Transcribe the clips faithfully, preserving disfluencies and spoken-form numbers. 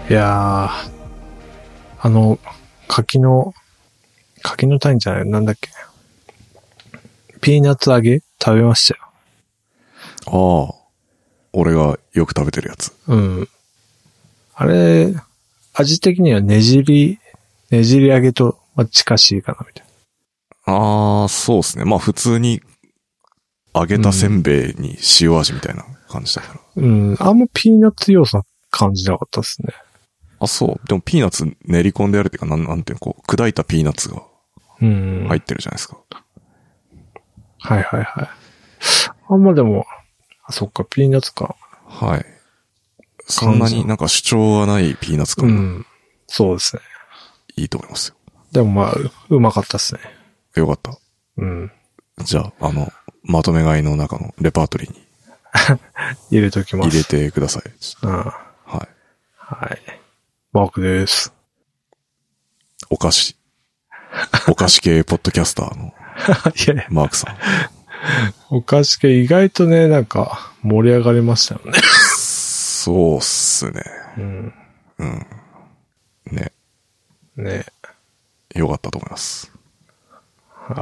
いやー、あの、柿の、柿の種じゃない、なんだっけ。ピーナッツ揚げ食べましたよ。 ああ。俺がよく食べてるやつ。 うん。あれ、味的にはねじり、ねじり揚げと近しいかな、みたいな。ああ、そうですね。まあ普通に揚げたせんべいに塩味みたいな感じだから。 うん。うん、あんまピーナッツ要素な感じなかったですね。 あ、そう。でもピーナッツ練り込んであるっていうか、なん、なんていうの、こう、砕いたピーナッツが入ってるじゃないですか。 はいはいはい。あんまでも、あ、そっか、ピーナッツか。 はい。そんなになんか主張がないピーナッツ感が、うん。 そうですね。 いいと思いますよ。 でもまあ、う、うまかったですね。 よかった。 うん。 じゃあ、あの、まとめ買いの中のレパートリーに。 入れときます。 入れてください。 うん。 はい。 はい。マークです。 お菓子。お菓子系ポッドキャスターのいやいやマークさん。 お菓子系意外とね、なんか盛り上がりましたよね。 そうっすね。 うん。 うん。ね。 ね。 よかったと思います。 はい。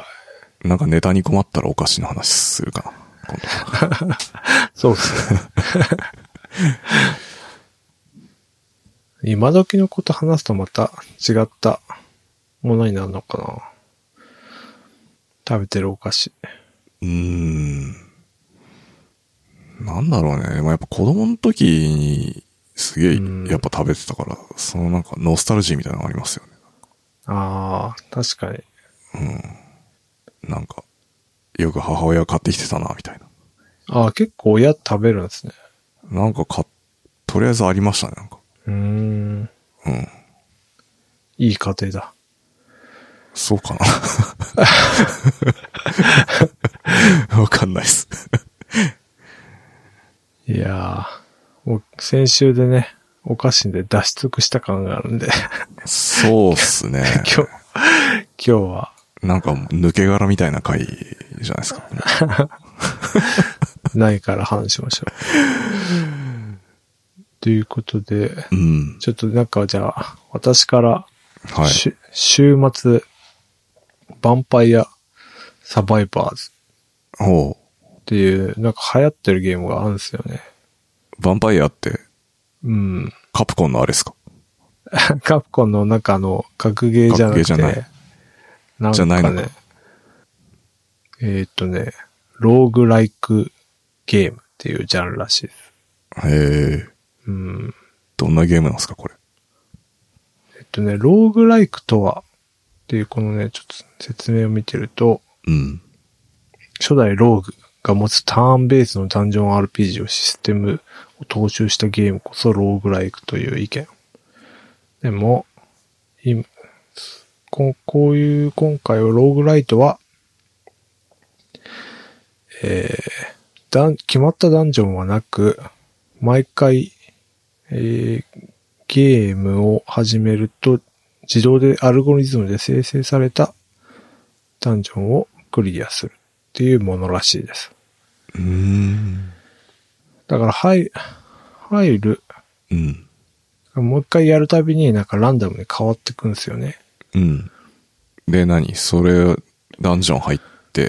なんかネタに困ったらお菓子の話するかな。今度そうっすね。今時のこと話すとまた違ったものになるのかな。食べてるお菓子。 うーん。なんだろうね。まあ、やっぱ子供の時にすげえやっぱ食べてたから、そのなんかノスタルジーみたいなのありますよね。 ああ、確かに。 うん。なんか、よく母親買ってきてたな、みたいな。 ああ、結構親食べるんですね。 なんかか、とりあえずありましたね、なんか。 うーん。 うん。 いい家庭だ。 そうかな。わかんないっす。 いやー、もう先週でね、お菓子で脱出した感があるんで。 そうっすね。 今日、今日は。 なんか抜け殻みたいな回じゃないですか。 ないから話しましょう。ということで、 うん、 ちょっとなんかじゃあ、私から、 はい、 週末、ヴァンパイアサバイバーズっていう、なんか流行ってるゲームがあるんですよね。 ヴァンパイアって、 うん。 カプコンのあれですか？ カプコンの中の格ゲーじゃなくて、 格ゲーじゃない。 なんかね、 じゃないのか。 えーっとね、ローグライクゲームっていうジャンルらしいです。 へえ。 うん。 どんなゲームなんですか、これ。 えっとね、ローグライクとは、っていうこのね、ちょっと説明を見てると、 うん。 初代ローグが持つターンベースのダンジョン アールピージー をシステムを踏襲したゲームこそローグライクという意見。でも、今ここういう今回はローグライトは、えー、だん決まったダンジョンはなく、毎回、えー、ゲームを始めると自動でアルゴリズムで生成されたダンジョンをクリアするっていうものらしいです。 うーん。 だから入、入る。 うん。 もう一回やるたびになんかランダムに変わってくんですよね。 うん。で、何それ、ダンジョン入って、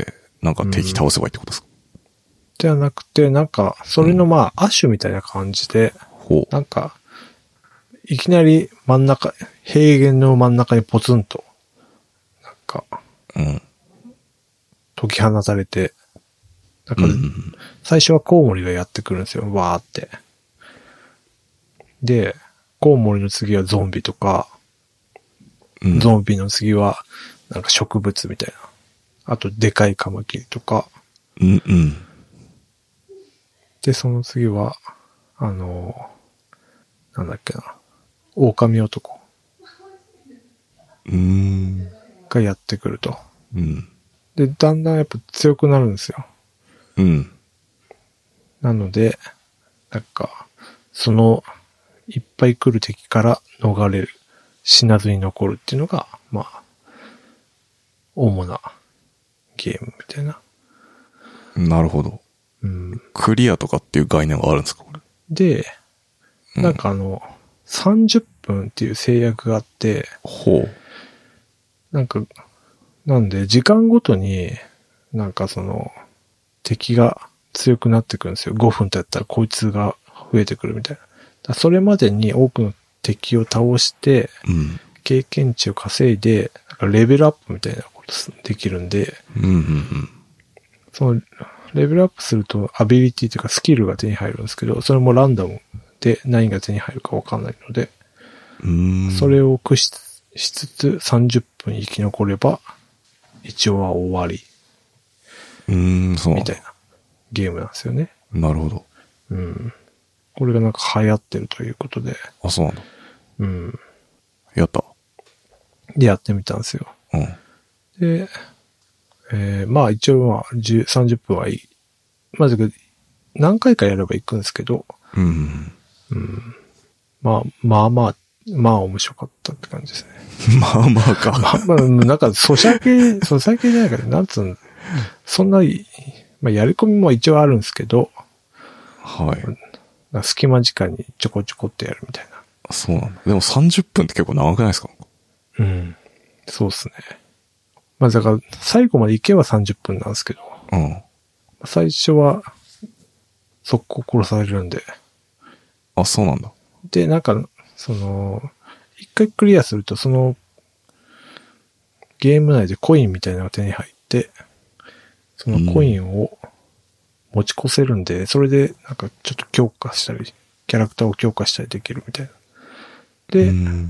なんか敵倒せばいいってことですか？ うん、じゃなくて、なんか、それのまあ、アッシュみたいな感じで、 ほう。 なんか、いきなり真ん中、平原の真ん中にポツンと、なんか、 うん。 解き放たれて、なんか、うん、最初はコウモリがやってくるんですよ、わーって。で、コウモリの次はゾンビとか、うん、ゾンビの次は、なんか植物みたいな。あと、でかいカマキリとか。 うんうん。 で、その次は、あの、なんだっけな。狼男。 うーん。 がやってくると。 うん。 で、だんだんやっぱ強くなるんですよ。 うん。 なので、なんか、その、いっぱい来る敵から逃れる。死なずに残るっていうのが、まあ、主なゲームみたいな。 なるほど。 うん。 クリアとかっていう概念があるんですか、これ。 で、なんかあの、 さんじゅっぷんっていう制約があって、 ほう。 なんか、なんで時間ごとになんかその敵が強くなってくるんですよ。ごふんとやったらこいつが増えてくるみたいな。だそれまでに多くの敵を倒して、 うん。 経験値を稼いで、なんかレベルアップみたいなことできるんで、 うんうんうん。 そのレベルアップするとアビリティというかスキルが手に入るんですけど、それもランダムで何が手に入るかわかんないので、 うーん。 それを駆使しつつさんじゅっぷん生き残れば、一応は終わり。 うーん、そうなんだ。 みたいなゲームなんですよね。 なるほど。 うん。これがなんか流行ってるということで。 あ、そうなんだ。 うん。 やった。 で、やってみたんですよ。 うん。 で、えー、まあ一応まあさんじゅっぷんはいい。まず何回かやれば行くんですけど、 うん。 うん。まあ、まあまあ、まあ面白かったって感じですね。 まあまあか。 まあまあ、なんか、ソシャゲ、ソシャゲじゃないから、なんつうの、そんな、まあ、やり込みも一応あるんですけど、 はい。 なんか隙間時間にちょこちょこってやるみたいな。 そうなんだ。でもさんじゅっぷんって結構長くないですか？ うん。そうですね。まあ、だから、最後まで行けばさんじゅっぷんなんですけど、 うん。 最初は、速攻殺されるんで。 あ、そうなんだ。 で、なんか、その、一回クリアすると、その、ゲーム内でコインみたいなのが手に入って、そのコインを持ち越せるんで、うん、それでなんかちょっと強化したり、キャラクターを強化したりできるみたいな。で、うん、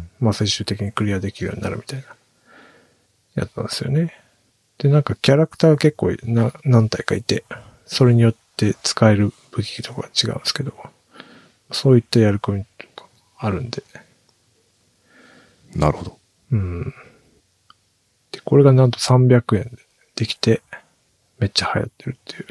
まあ最終的にクリアできるようになるみたいな、やったんですよね。で、なんかキャラクターが結構な何体かいて、それによって使える武器とかが違うんですけど、そういったやり込みとかあるんで。 なるほど。 うん。で、これがなんとさんびゃくえんでできて、めっちゃ流行ってるっていう。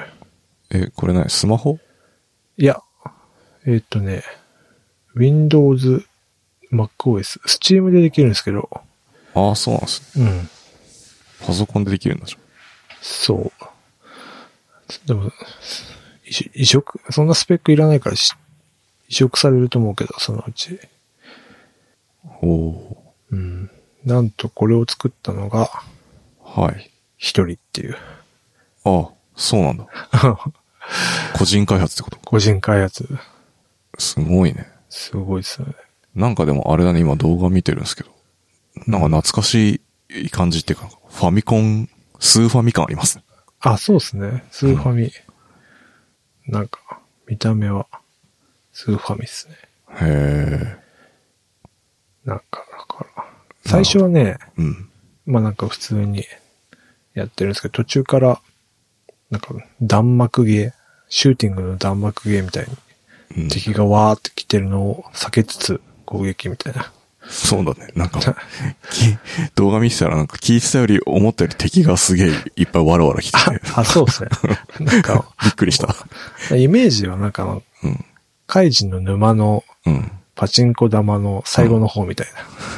え、これ何？スマホ？ いや、えーっとね、Windows、MacOS、Steam でできるんですけど。 ああ、そうなんですね。 うん。 パソコンでできるんだじゃん。 そう。でも、移植、そんなスペックいらないから移植されると思うけど、そのうち。 おお。 うん。なんとこれを作ったのが、 はい。 一人っていう。 ああ、そうなんだ。個人開発ってこと？ 個人開発。 すごいね。 すごいですよね。 なんかでもあれだね、今動画見てるんですけど。なんか懐かしい感じっていうか、ファミコン、スーファミ感ありますね。 あ、そうですね。スーファミ。うん、なんか、見た目は、スーファミっすね。 へー。なんか、だから、最初はね、 うん。 まあなんか普通にやってるんですけど、途中から、なんか弾幕ゲー、シューティングの弾幕ゲーみたいに、うん、敵がわーって来てるのを避けつつ攻撃みたいな。 そうだね。なんか、動画見てたらなんか聞いてたより思ったより敵がすげえいっぱいわらわら来てて。 あ、あそうですね。なんか、 びっくりした。 イメージはなんかの、うん、カイジの沼のパチンコ玉の最後の方みたい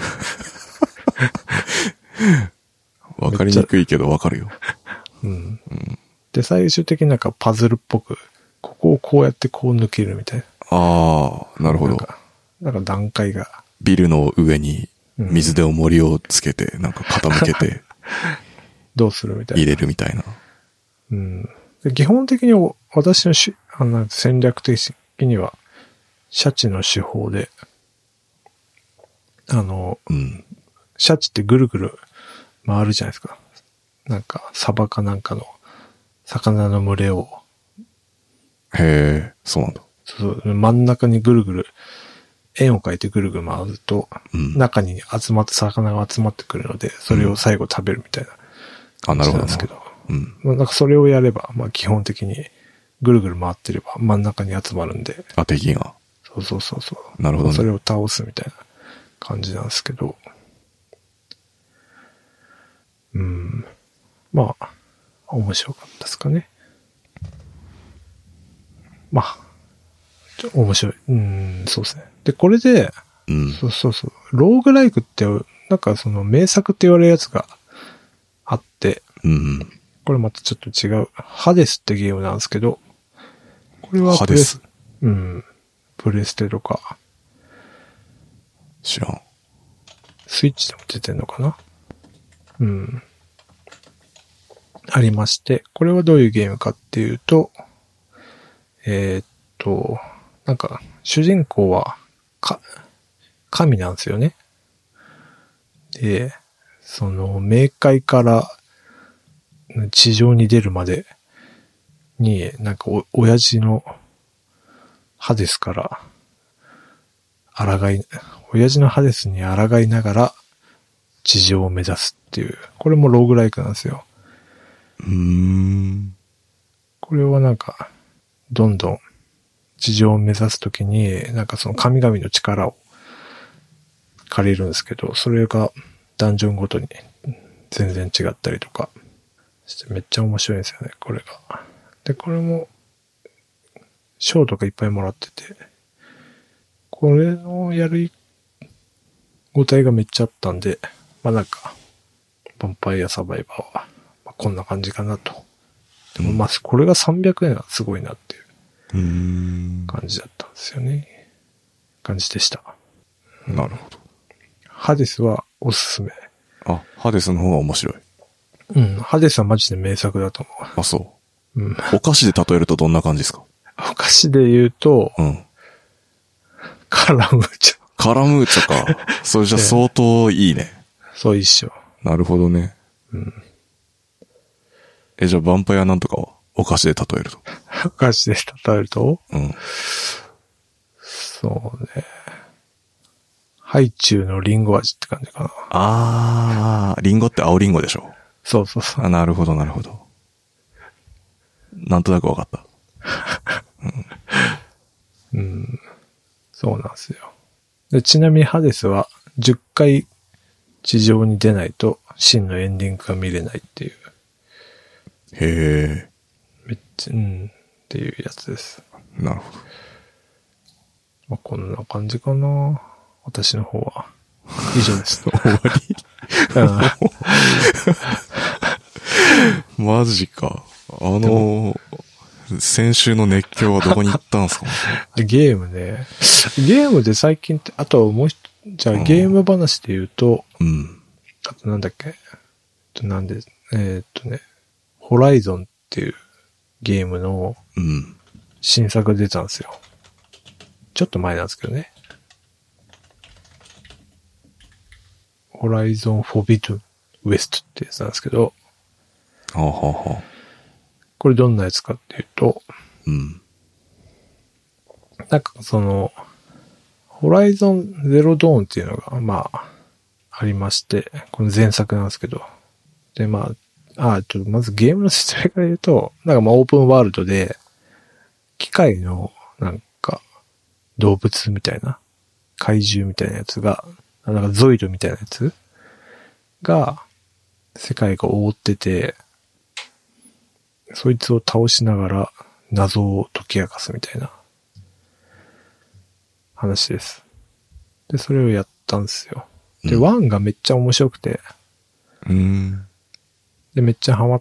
な。わ、うん、かりにくいけどわかるよ。 うん。うん。で、最終的になんかパズルっぽく、ここをこうやってこう抜けるみたいな。 ああ、なるほど。 なんか、なんか段階が。 ビルの上に水で重りをつけて、うん、なんか傾けて。 どうするみたいな。 入れるみたいな。 うん。で基本的に私のしあの戦略的には、シャチの手法で、あの、うん、シャチってぐるぐる回るじゃないですか。なんか、サバかなんかの魚の群れを。 へえ、そうなんだ。 そう、真ん中にぐるぐる、円を描いてぐるぐる回ると、うん、中に集まって魚が集まってくるので、それを最後食べるみたいな感じなんですけど。うん、まあ、なんかそれをやれば、まあ基本的にぐるぐる回ってれば真ん中に集まるんで。 あ、敵が。 そうそうそうそう。 なるほどね。 それを倒すみたいな感じなんですけど。うん。まあ、面白かったですかね。まあ、面白い。うん、そうですね。で、これで、うん、そうそうそう。ローグライクって、なんかその名作って言われるやつがあって、 うん、 これまたちょっと違う。ハデスってゲームなんですけど、これはプレス、うん、プレステとか、 知らん。 スイッチでも出てんのかな。うん。ありまして、これはどういうゲームかっていうと、えー、っと、なんか、主人公は、か、神なんですよね。で、その、冥界から地上に出るまでに、なんかお、親父のハデスから、抗い、親父のハデスに抗いながら地上を目指すっていう、これもローグライクなんですよ。 うーん。 これはなんか、どんどん地上を目指すときに、なんかその神々の力を借りるんですけど、それがダンジョンごとに全然違ったりとかしてめっちゃ面白いんですよね、これが。で、これも、賞とかいっぱいもらってて、これのやるご体がめっちゃあったんで、まあなんか、ヴァンパイアサバイバーは、まあ、こんな感じかなと。でもまあ、これがさんびゃくえんはすごいなっていう感じだったんですよね。感じでした。 なるほど。 ハデスはおすすめ。 あ、ハデスの方が面白い。 うん、ハデスはマジで名作だと思う。 あ、そう。 うん。 お菓子で例えるとどんな感じですか？ お菓子で言うと、 うん。 カラムーチョ。 カラムーチョか。それじゃ相当いいね。 そう一緒。 なるほどね。 うん。 え、じゃあヴァンパイアなんとかはお菓子で例えると。 お菓子で例えると、 うん。 そうね。ハイチュウのリンゴ味って感じかな。 あー、リンゴって青リンゴでしょ。 そうそうそう。 あ、なるほどなるほど。なんとなくわかった。 うん、うん。そうなんですよ。で、ちなみにハデスはじゅっかい地上に出ないと真のエンディングが見れないっていう。 へめっちゃ、うん。っていうやつです。 ー。なるほど。 まあ、こんな感じかな。私の方は。以上です。 終わりマジか。あの、先週の熱狂はどこに行ったんですかね。 ゲームね。ゲームで最近って、あともう一、じゃあゲーム話で言うと、 うん。 あとなんだっけ。なんで、えー、っとね、ホライゾンっていうゲームの新作が出たんですよ。ちょっと前なんですけどね。ホライゾンフォビドゥンウエストってやつなんですけど、 はあ、はあはあ、 これどんなやつかっていうと、 うん。 なんかその、ホライゾンゼロドーンっていうのが、まあ、ありまして、この前作なんですけど、で、まあ、あ、ちょっとまずゲームの説明から言うと、なんかまあオープンワールドで、機械のなんか動物みたいな、怪獣みたいなやつが、なんかゾイドみたいなやつが、世界が覆ってて、そいつを倒しながら謎を解き明かすみたいな話です。で、それをやったんですよ。で、ワンがめっちゃ面白くて、 うん。 で、めっちゃハマって、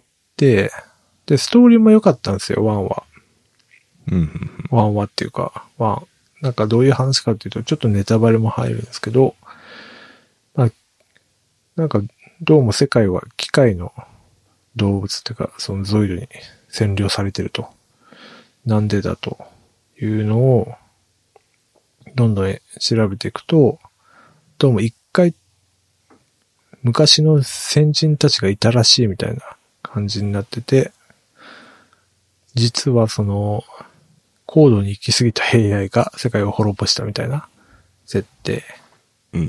で、ストーリーも良かったんですよ、ワンは。 うん。 ワンはっていうか、ワン。なんかどういう話かっていうと、ちょっとネタバレも入るんですけど、まあ、なんか、どうも世界は機械の動物っていうか、そのゾイドに占領されてると。なんでだというのを、どんどん調べていくと、どうも一回、昔の先人たちがいたらしいみたいな感じになってて、実はその、高度に行き過ぎた エーアイ が世界を滅ぼしたみたいな設定。 うん。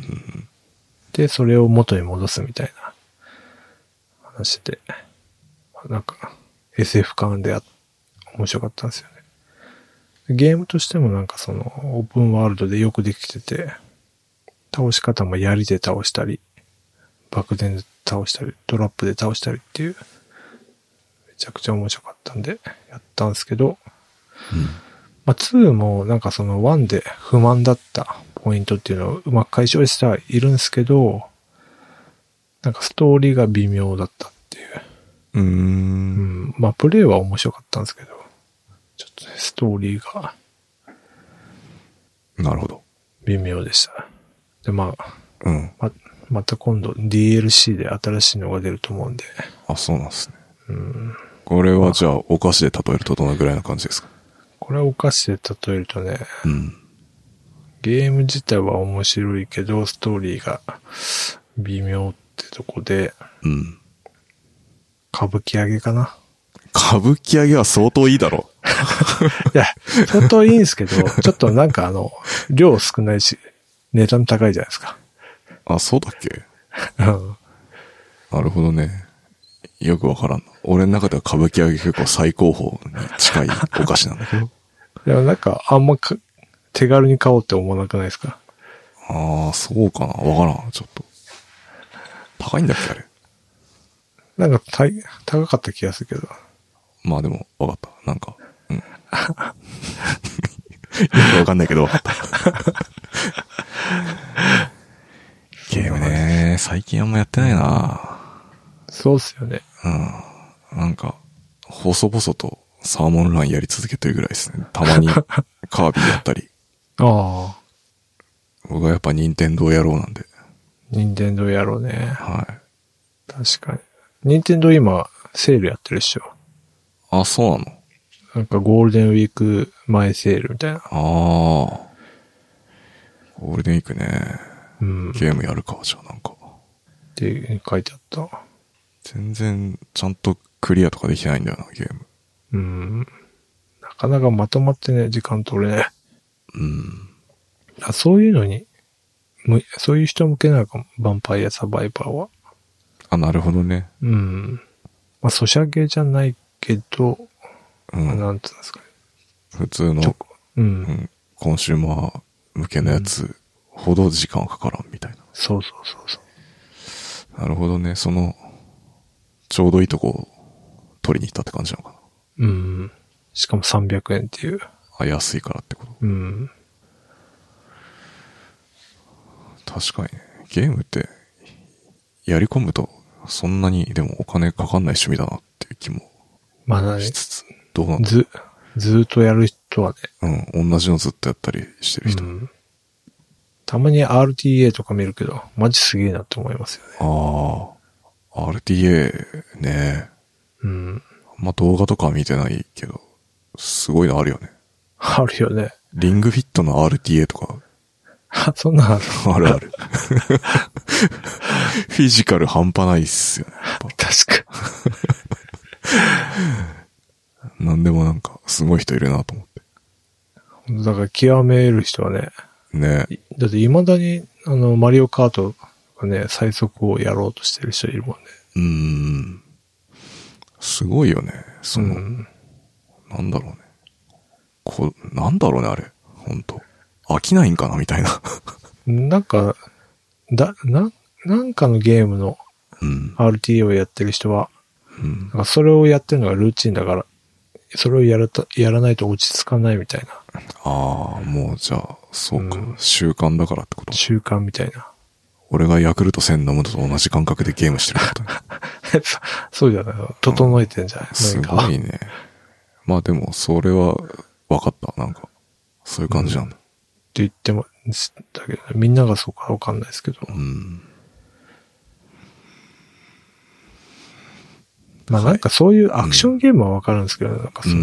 で、それを元に戻すみたいな話で、なんか エスエフ 感であ面白かったんですよね。ゲームとしてもなんかそのオープンワールドでよくできてて、倒し方も槍で倒したり、爆弾で倒したり、ドラップで倒したりっていう、めちゃくちゃ面白かったんでやったんですけど、 うんまあ、ツーもなんかそのワンで不満だったポイントっていうのをうまく解消してはいるんですけど、なんかストーリーが微妙だったっていう。 うーん。 うん。まあ、プレイは面白かったんですけど、ちょっとね、ストーリーが。 なるほど。 微妙でした。 で、まあ、 うん。 ま、また今度 ディーエルシー で新しいのが出ると思うんで。 あ、そうなんですね。 うん。 これはじゃあ、お菓子で例えるとどのぐらいの感じですか？ これお菓子で例えるとね、 うん。 ゲーム自体は面白いけど、ストーリーが微妙ってとこで、 うん。 歌舞伎揚げかな。 歌舞伎揚げは相当いいだろいや、相当いいんですけど、ちょっとなんかあの、量少ないし、値段高いじゃないですか。 う。あ、そうだっけ？ うん。 なるほどね。よくわからん。俺の中では歌舞伎揚げ結構最高峰に近いお菓子なんだけど。 でもなんか、あんまか手軽に買おうって思わなくないですか？ ああ、そうかな。わからん。ちょっと。高いんだっけあれ。 なんかたい、高かった気がするけど。 まあでも、わかった。なんか、うん。よくわかんないけどわかった。ゲームね、最近あんまやってないな。 そうっすよね。 うん。なんか、細々とサーモンランやり続けてるぐらいですね。たまにカービィやったり。 ああ。 僕はやっぱ任天堂野郎なんで。 任天堂やろうね。 はい。 確かに。任天堂今、セールやってるっしょ。 あ、そうなの？ なんかゴールデンウィーク前セールみたいな。 ああ。ゴールデンウィークね。 うん。 ゲームやるか、じゃあなんか。 って書いてあった。 全然、ちゃんとクリアとかできてないんだよな、ゲーム。 うん。なかなかまとまってね、時間取れない。 うん。 あ、そういうのに、む、そういう人向けなのかも。ヴァンパイアサバイバーは。 あ、なるほどね。 うん。まあ、ソシャゲじゃないけど、 うまあ、 ん。 なんつうんですかね。 普通の、 うん。 うん、コンシューマー向けのやつほど時間かからんみたいな。 そうそうそうそう。 なるほどね。その、ちょうどいいとこを取りに行ったって感じなのかな。 うん。しかもさんびゃくえんっていう。 あ、安いからってこと。 うん。 確かにね。ゲームって、やり込むと、そんなにでもお金かかんない趣味だなっていう気もまだねし、つつ、どうなんだろず、ずーっとやる人はね。 う。うん、同じのずっとやったりしてる人。 うん。たまに アールティーエー とか見るけど、マジすげえなって思いますよね。 ああ、アールティーエー ね。 うん。 あんま動画とかは見てないけど、すごいのあるよね。 あるよね。 リングフィットの アールティーエー とか、 あ、そんなんある。 あるある。フィジカル半端ないっすよね。やっぱ確かなんでもなんか、すごい人いるなと思って。 に。だから極める人はね。 ね。 だって未だに、あの、マリオカートがね、最速をやろうとしてる人いるもんね。 うーん。すごいよね。その、 うん、 なんだろうね。こう、なんだろうね、あれ。ほんと。飽きないんかなみたいな。 なんか、だ、な、なんかのゲームのうん。 アールティーエー をやってる人は、 うん。 なんかそれをやってるのがルーチンだから、それをやらた、やらないと落ち着かないみたいな。 ああ、もうじゃあ、そうか、 うん。 習慣だからってこと。 習慣みたいな。 俺がヤクルトせん飲むのと同じ感覚でゲームしてることね。 そそうじゃないの。整えてんじゃない、うん、 すごいね。まあでも、それは分かった。なんか、そういう感じなんだ。 うん、って言っても、だけど、ね、みんながそうかわかんないですけど。 うん。 まあなんかそういうアクションゲームはわかるんですけど、うん、なんかその、うん、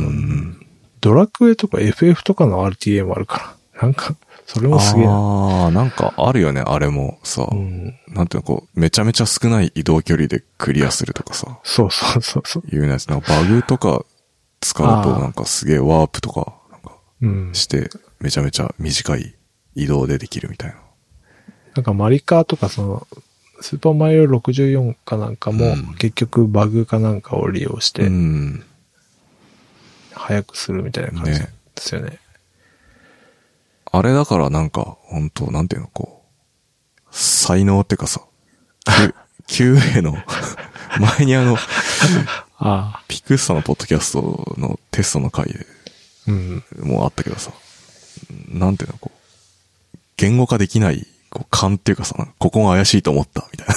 ドラクエとか エフエフ とかの アールティーエー もあるから、なんか、それもすげえな。 ああ、なんかあるよね、あれもさ、うん、なんていうの、こう、めちゃめちゃ少ない移動距離でクリアするとかさ。 そうそうそうそう。 いうやつ、なんかバグとか使うとなんかすげえワープとか、なんか、して、めちゃめちゃ短い移動でできるみたいな。 なんかマリカーとかその、スーパーマリオろくじゅうよんかなんかも、結局バグかなんかを利用して、早くするみたいな感じですよね。ね、 あれだからなんか、本当なんていうの、こう、才能ってかさ、キューエー の、前にあの、ああピクサのポッドキャストのテストの回で、うん、もうあったけどさ、なんていうの、こう、言語化できない、こう、勘っていうかさ、ここが怪しいと思った、みたいな。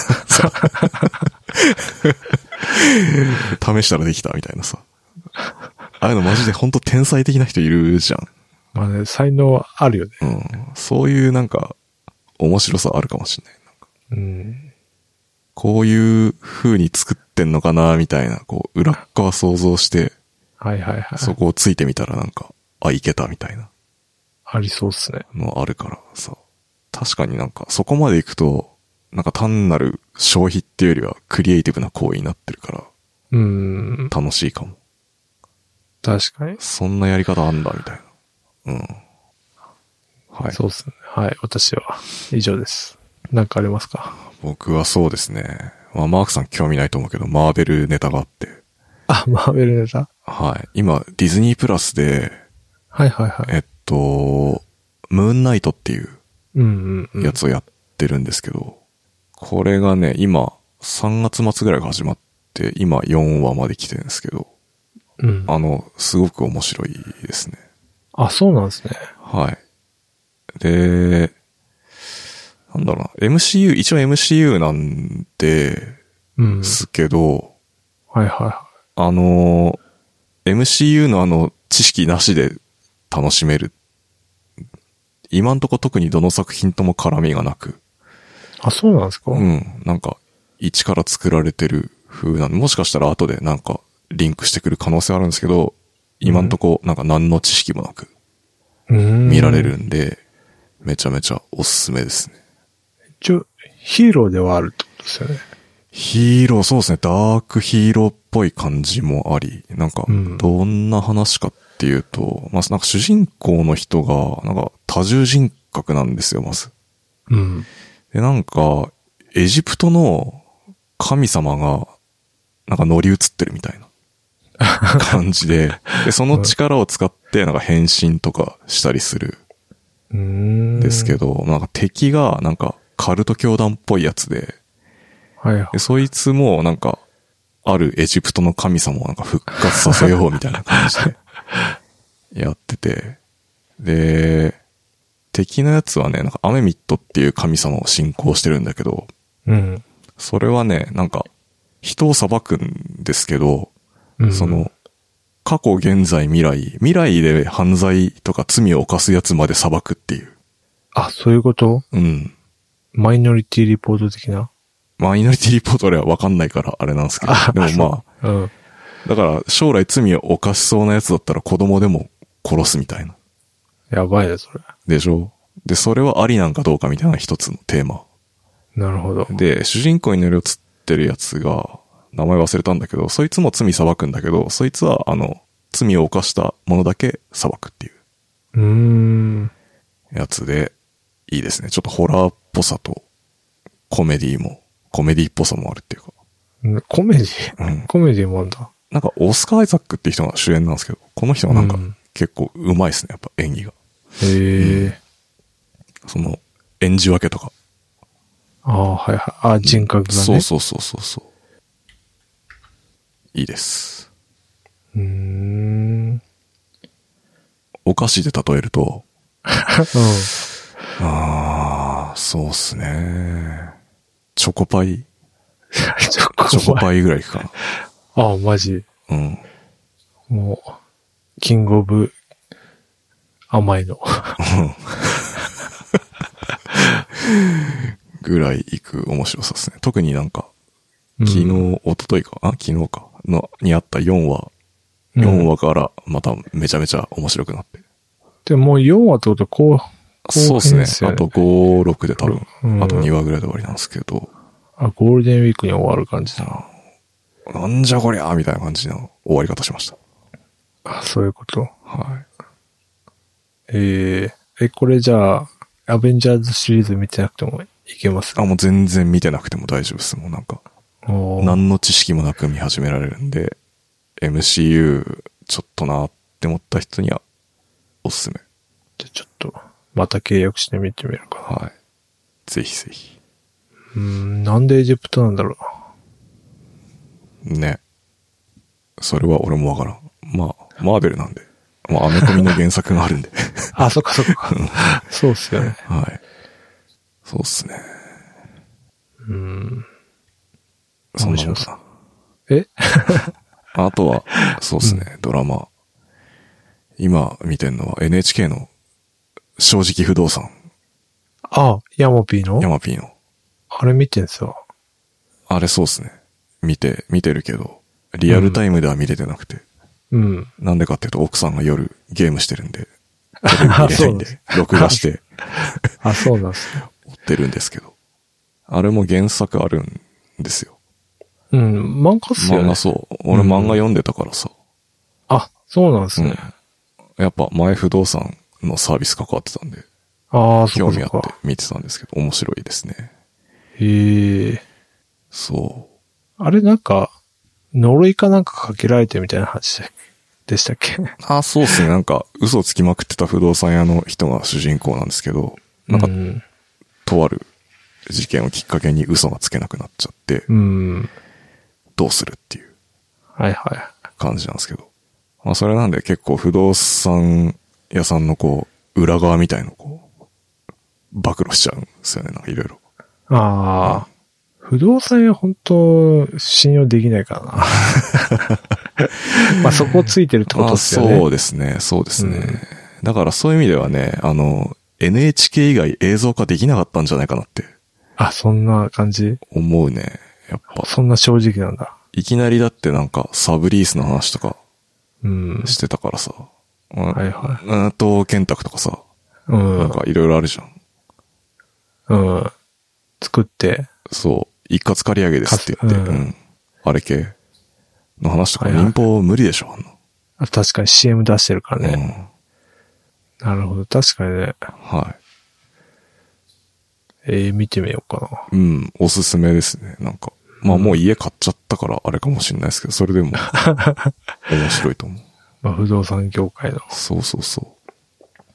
試したらできた、みたいなさ。ああいうのマジで本当天才的な人いるじゃん。 まあね、才能あるよね。 うん。そういうなんか、お面白さあるかもしれない。なんかうん。 こういう風に作ってんのかなみたいな、こう、裏っ側想像して、 はいはいはい。 そこをついてみたらなんか、あ、いけたみたいな。 ありそうっすね。 のあるからさ。確かになんか、そこまで行くと、なんか単なる消費っていうよりはクリエイティブな行為になってるから、 うん。 楽しいかも。 確かに。 そんなやり方あんだ、みたいな。うん。はい。 そうっすね。はい。私は以上です。なんかありますか？ 僕はそうですね。まあ、マークさん興味ないと思うけど、マーベルネタがあって。 あ、マーベルネタ？ はい。今、ディズニープラスで、 はいはいはい。 えっと、ムーンナイトっていううんうん。 やつをやってるんですけど、うんうん、これがね、今、さんがつ末ぐらいが始まって、今よんわまで来てるんですけど、 うん。 あの、すごく面白いですね。 あ、そうなんですね。 はい。で、なんだろうな、エムシーユー、一応 エムシーユー なんで、 うん。 すけど、 はいはいはい。 あの、エムシーユー のあの、知識なしで楽しめる。今んとこ特にどの作品とも絡みがなく。 あ、そうなんですか？ うん。なんか、一から作られてる風なんで、もしかしたら後でなんか、リンクしてくる可能性あるんですけど、今んとこなんか何の知識もなく、見られるんで、めちゃめちゃおすすめですね。 一応、ヒーローではあるってことですよね。 ヒーロー、そうですね。ダークヒーローっぽい感じもあり、なんか、どんな話かっていうと、うん、まあ、なんか主人公の人が、なんか多重人格なんですよ、まず。 うん。 で、なんか、エジプトの神様が、なんか乗り移ってるみたいな感じで、で、その力を使って、なんか変身とかしたりする。んですけど、なんか敵が、なんか、カルト教団っぽいやつで、 はいはい。 でそいつもなんか、あるエジプトの神様をなんか復活させようみたいな感じで、やってて、で、敵のやつはね、なんかアメミットっていう神様を信仰してるんだけど、 うん。 それはね、なんか、人を裁くんですけど、うん、その、過去、現在、未来、未来で犯罪とか罪を犯すやつまで裁くっていう。 あ、そういうこと？ うん。 マイノリティリポート的な？ マイノリティリポートでは分かんないからあれなんですけど。でもまあ、うん、だから将来罪を犯しそうなやつだったら子供でも殺すみたいな。 やばいね、それ。 でしょ？で、それはありなんかどうかみたいな一つのテーマ。 なるほど。 で、主人公に乗り移ってるやつが、名前忘れたんだけど、そいつも罪裁くんだけど、そいつはあの、罪を犯したものだけ裁くっていう。 うーん。 やつで、いいですね。ちょっとホラーっぽさと、コメディも、コメディっぽさもあるっていうか。 コメディ、うん、コメディもあるんだ。 なんか、オスカー・アイザックって人が主演なんですけど、この人はなんか、結構上手いですね、やっぱ演技が。 へえ、うん。 その、演じ分けとか。 ああ、はいはい。ああ、人格がね。 そうそうそうそうそう。いいです。 うーん。 お菓子で例えると、 うん、 ああ、そうっすね。チョコパイ。 チョコパイ。 チョコパイぐらいかな。 ああ、マジ。 うん。 もう、キングオブ甘いの。 ぐらい行く面白さですね。特になんか、昨日、うん、一昨日か、あ、昨日か、の、にあったよんわ。よんわからまためちゃめちゃ面白くなって。 でももうよんわってことはこう、 そうですね。あとご、ろくで多分、うん、あとにわぐらいで終わりなんですけど。 あ、ゴールデンウィークに終わる感じだな。 なんじゃこりゃーみたいな感じの終わり方しました。 あ、そういうこと。 はい。 えー、え、これじゃあ、アベンジャーズシリーズ見てなくてもいけます？ あ、もう全然見てなくても大丈夫です。もうなんか、何の知識もなく見始められるんで、エムシーユー ちょっとなって思った人にはおすすめ。 じゃあちょっと、また契約してみてみるかな。 はい。ぜひぜひ。 うーん、なんでエジプトなんだろう。ね。それは俺もわからん。まあ、マーベルなんで。まあ、アメコミの原作があるんで。 あ、そっかそっか。そうっすよね。 はい。そうっすね。 うーん。 そんなもんかな。 えあとは、そうっすね、うん、ドラマ。今見てんのは エヌエイチケー の正直不動産。 あ、ヤマピーのヤマピーの。 あれ見てんすよ。 あれそうっすね。見て、見てるけど、リアルタイムでは見れてなくて。 うん。 なんでかっていうと、奥さんが夜ゲームしてるんで、テレビ見れないんで、録画して。 あ、そうなんですね。 追ってるんですけど。あれも原作あるんですよ。 うん、漫画っすよね。 漫画そう。俺漫画読んでたからさ。 うん、あ、そうなんですね、 うん。やっぱ前不動産のサービス関わってたんで。 ああ、 興味あって見てたんですけど、面白いですね。 へえ。 そう。 あれなんか、呪いかなんかかけられてみたいな話でしたっけ？ あ、そうっすね。なんか、嘘つきまくってた不動産屋の人が主人公なんですけど、なんか、うん、とある事件をきっかけに嘘がつけなくなっちゃって、 うん、 どうするっていう。 はいはい。 感じなんですけど。まあ、それなんで結構不動産屋さんのこう、裏側みたいのをこう、暴露しちゃうんですよね。なんかいろいろ。 ああ。うん、不動産屋本当信用できないからな。まあそこついてるってことですよね。 そうですね、そうですね、うん。だからそういう意味ではね、あの、エヌエイチケー 以外映像化できなかったんじゃないかなって。 あ、そんな感じ？ 思うね。やっぱ。 そんな正直なんだ。 いきなりだってなんかサブリースの話とか、してたからさ。 うん、はいはい。 うんと、建託とかさ。うん。なんかいろいろあるじゃん。 うん。作って。 そう。一括借り上げですって言って。うん、うん。あれ系の話とか民放無理でしょ、あんな。 あ、確かに シーエム 出してるからね。うん、なるほど。確かにね。 はい。 えー、見てみようかな。 うん。おすすめですね。なんか。まあもう家買っちゃったからあれかもしれないですけど、それでも面白いと思う。 まあ不動産業界の。 そうそうそう。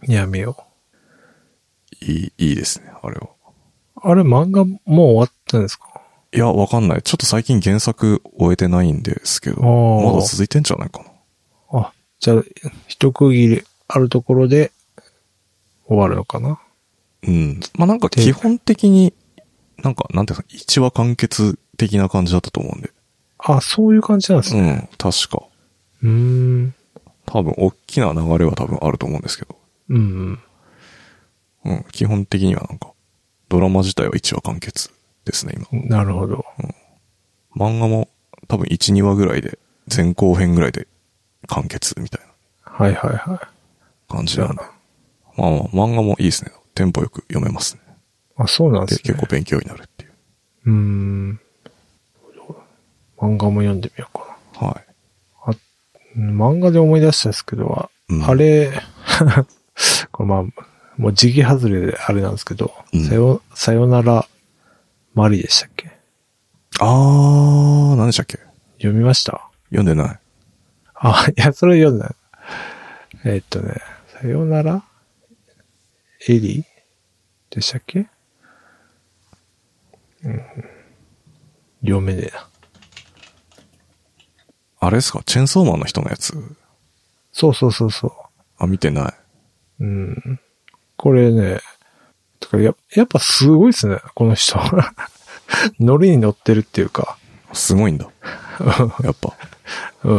やめよう。いい、いいですね、あれは。 あれ漫画もう終わったんですか？ いや、わかんない。ちょっと最近原作終えてないんですけど、まだ続いてんじゃないかな。あ、じゃあ、一区切りあるところで終わるのかな？ うん。まあなんか基本的に、なんか、なんていうか、一話完結的な感じだったと思うんで。 あ、そういう感じなんですね。 うん、確か。 うーん。 多分、大きな流れは多分あると思うんですけど。 うん、 うん。うん、基本的にはなんか、ドラマ自体は一話完結ですね、今。 なるほど。 うん。漫画も多分いち、にわぐらいで、前後編ぐらいで完結みたいな。 はいはいはい。 感じなんで。まあまあ、漫画もいいですね。テンポよく読めますね。 あ、そうなんですね。 結構勉強になるっていう。 うーん。漫画も読んでみようかな。はい。 あ、漫画で思い出したんですけど、うん、あれ、これまあ、もう時期外れであれなんですけど、うん、さよ、さよならマリでしたっけ？ あー、何でしたっけ？ 読みました？ 読んでない。 あ、いや、それ読んでない。えー、っとね、さよならエリでしたっけ？うん。読めねえな。 あれですか？チェンソーマンの人のやつ？ そうそうそうそう。 あ、見てない。 うん。これね、とかや、やっぱすごいっすね、この人。ノリに乗ってるっていうか。 すごいんだ。やっぱ。 うん。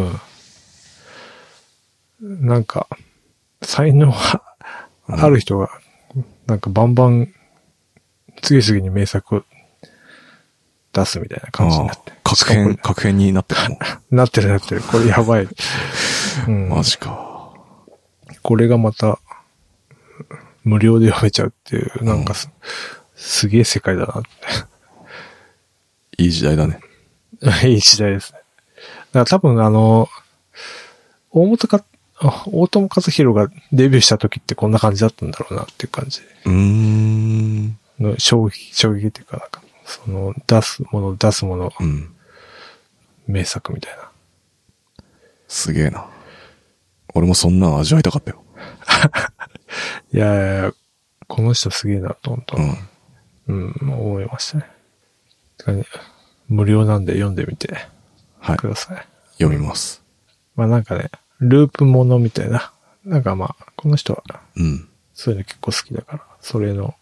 なんか、才能がある人が、なんかバンバン、次々に名作を出すみたいな感じになって。 確変、確変になってるもん。なってるなってる。これやばい。 うん、マジか。 これがまた、無料で読めちゃうっていう、なんかす、うん、すげえ世界だなって。 いい時代だね。 いい時代ですね。だから多分あの、大本か、大友克洋がデビューした時ってこんな感じだったんだろうなっていう感じ。 うーん。 の衝撃、衝撃っていうか、なんか、その、出すもの、出すもの、うん、名作みたいな。 すげえな。俺もそんなの味わいたかったよ。 いやいやいや、この人すげえなと、本当、うん、うん、思いましたね。無料なんで読んでみてください。はい、 読みます。 まあなんかね、ループものみたいな。なんかまあ、この人は、うん。そういうの結構好きだから、それの、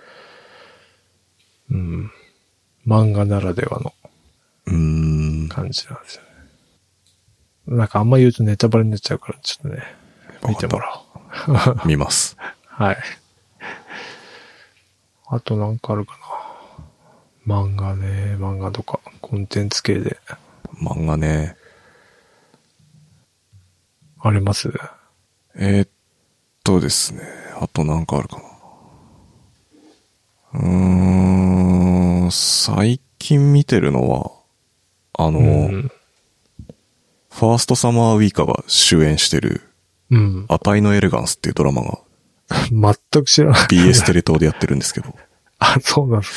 うん、漫画ならではの、 うーん。 感じなんですよね。なんかあんま言うとネタバレになっちゃうから、ちょっとね、見てもらおう。 見ます。 はい。 あとなんかあるかな。漫画ね、漫画とか、コンテンツ系で。 漫画ね。 あります？ えー、っとですね。あとなんかあるかな。うーん、最近見てるのは、あの、うん、ファーストサマーウイカが主演してる、うん。アタイのエレガンスっていうドラマが、 全く知らない。 ビーエス テレ東でやってるんですけど。 あ、そうなんです。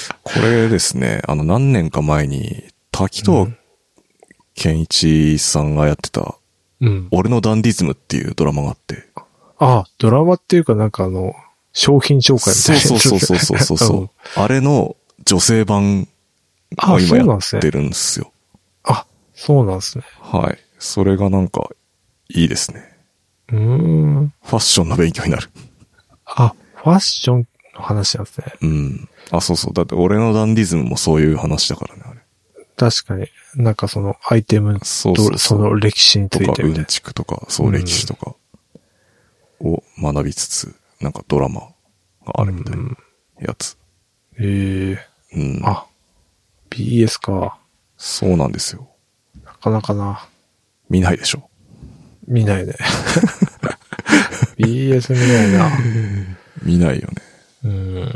これですね、あの何年か前に、滝藤健一さんがやってた、うん、俺のダンディズムっていうドラマがあって。 ああ、ドラマっていうかなんかあの、商品紹介みたいな。 そうそうそうそうそうそう、うん。あれの女性版を今やってるんですよ。 あ、そうなんですね。 はい。それがなんか、いいですね。 うーん。 ファッションの勉強になる。 あ、ファッションの話なんですね。 うん。あ、そうそう。だって俺のダンディズムもそういう話だからね、あれ。 確かに。なんかそのアイテムとそうそうそうその歴史についてみたいな。 とかうんちくとか、そう歴史とかを学びつつ、なんかドラマがあるみたいなやつ。 へ、うん、ええー。うん。あ、ビーエス か。 そうなんですよ。 なかなかな。 見ないでしょ。 見ないね。ビーエス 見ないな。 見ないよね。 うん。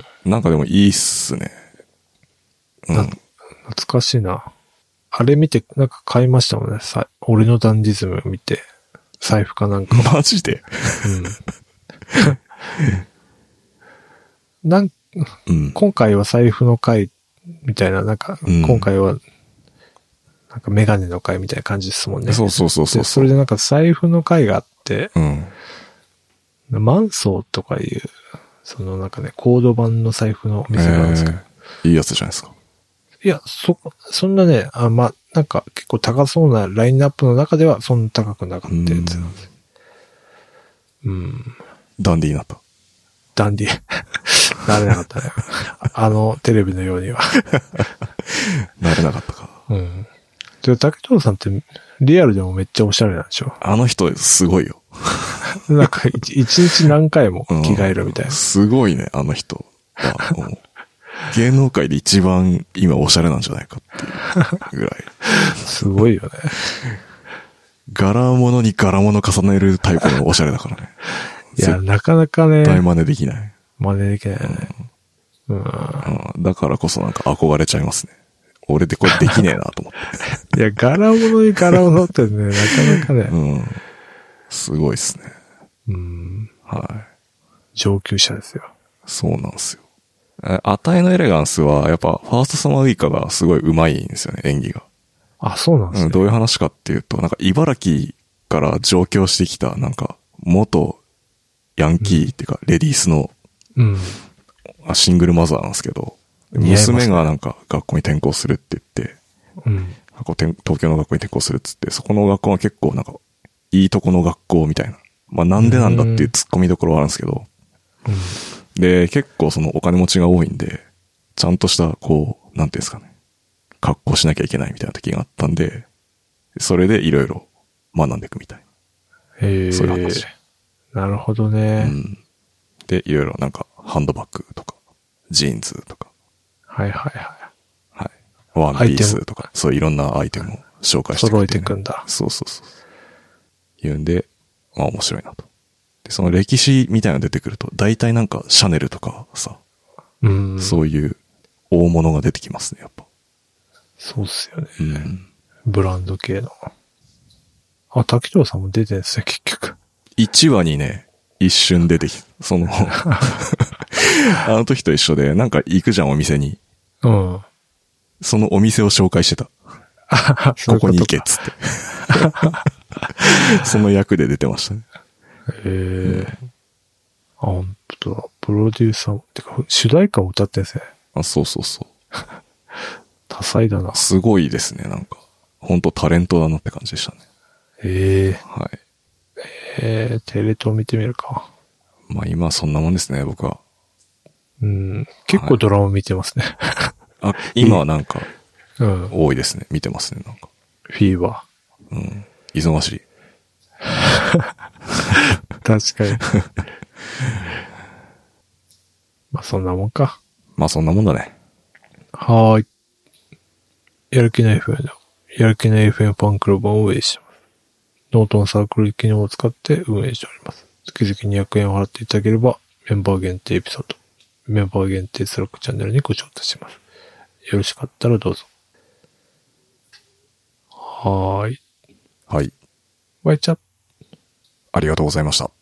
なんかでもいいっすね。 うん。懐かしいな。あれ見て、なんか買いましたもんね。さ、俺のダンディズム見て。財布かなんか。 マジで？ うん。なん、うん、今回は財布の回みたいな、なんか、うん、今回は、なんかメガネの回みたいな感じですもんね。 そうそうそうそう。 それでなんか財布の回があって、 うん、 マンソーとかいう、そのなんかね、コード版の財布のお店があるんですけど、 えー。いいやつじゃないですか。 いや、そ、そんなね、あ、まあ、なんか結構高そうなラインナップの中ではそんな高くなかったやつなんです。うん。 ダンディーになった。 ダンディー。なれなかったね。あのテレビのようには。 なれなかったか。 うん。で、竹藤さんってリアルでもめっちゃおしゃれなんでしょ？ あの人すごいよ。 なんか一日何回も着替えるみたいな。 うん、すごいね、あの人は。もう芸能界で一番今おしゃれなんじゃないかっていうぐらい。 すごいよね。 柄物に柄物重ねるタイプのおしゃれだからね。 いや、なかなかね。 絶対真似できない。 真似できないね。うん。 うん、だからこそなんか憧れちゃいますね。俺でこれできねえなと思って。 いや、柄物に柄物ってね、なかなかね。 うん。すごいっすね。 うん。 はい。 上級者ですよ。 そうなんですよ。アタイのエレガンスは、やっぱ、ファーストサマーウイカがすごい上手いんですよね、演技が。 あ、そうなんですね。うん、 どういう話かっていうと、なんか、茨城から上京してきた、なんか、元ヤンキーっていうか、レディースの、うん。シングルマザーなんですけど、娘がなんか、学校に転校するって言って、うん。東京の学校に転校するっつって、そこの学校は結構なんか、いいとこの学校みたいな。まあ、なんでなんだっていう突っ込みどころはあるんですけど、うん。で、結構そのお金持ちが多いんで、ちゃんとした、こう、なんていうんですかね、格好しなきゃいけないみたいな時があったんで、それでいろいろ学んでいくみたいな。 へー。 そういう話。 なるほどね。 うん。で、いろいろなんか、ハンドバッグとか、ジーンズとか。 はいはいはい。 はい。ワンピースとか、そういろんなアイテムを紹介してくれて、ね、 揃えていくんだ。 そうそうそう。言うんで、まあ面白いなと。その歴史みたいなの出てくると、大体なんかシャネルとかさ、うん、そういう大物が出てきますね、やっぱ。 そうっすよね。 うん、 ブランド系の。あ、滝藤さんも出てるんですね、結局。 いちわにね、一瞬出てき、その、あの時と一緒で、なんか行くじゃん、お店に。 うん。そのお店を紹介してた。ここに行けっつって。その役で出てましたね。 へえ、うん。あ、本当だ。プロデューサー、てか、主題歌を歌ってんですね。 あ、そうそうそう。 多彩だな。 すごいですね、なんか。本当タレントだなって感じでしたね。 へえ。 はい。 えー、テレ東見てみるか。 まあ今はそんなもんですね、僕は。 うん。結構ドラマ見てますね。 はい、あ、今はなんか、うん、多いですね。見てますね、なんか。 フィーバー。うん。忙しい。 確かに。まあそんなもんか。 まあそんなもんだね。 はーい。やる気ない エフエム の、やる気ない エフエム ファンクラブを運営しています。ノートのサークル機能を使って運営しております。月々にひゃくえんを払っていただければ、メンバー限定エピソード、メンバー限定スラックチャンネルにご招待します。よろしかったらどうぞ。はーい。 はい。 ワイチャ。 ありがとうございました。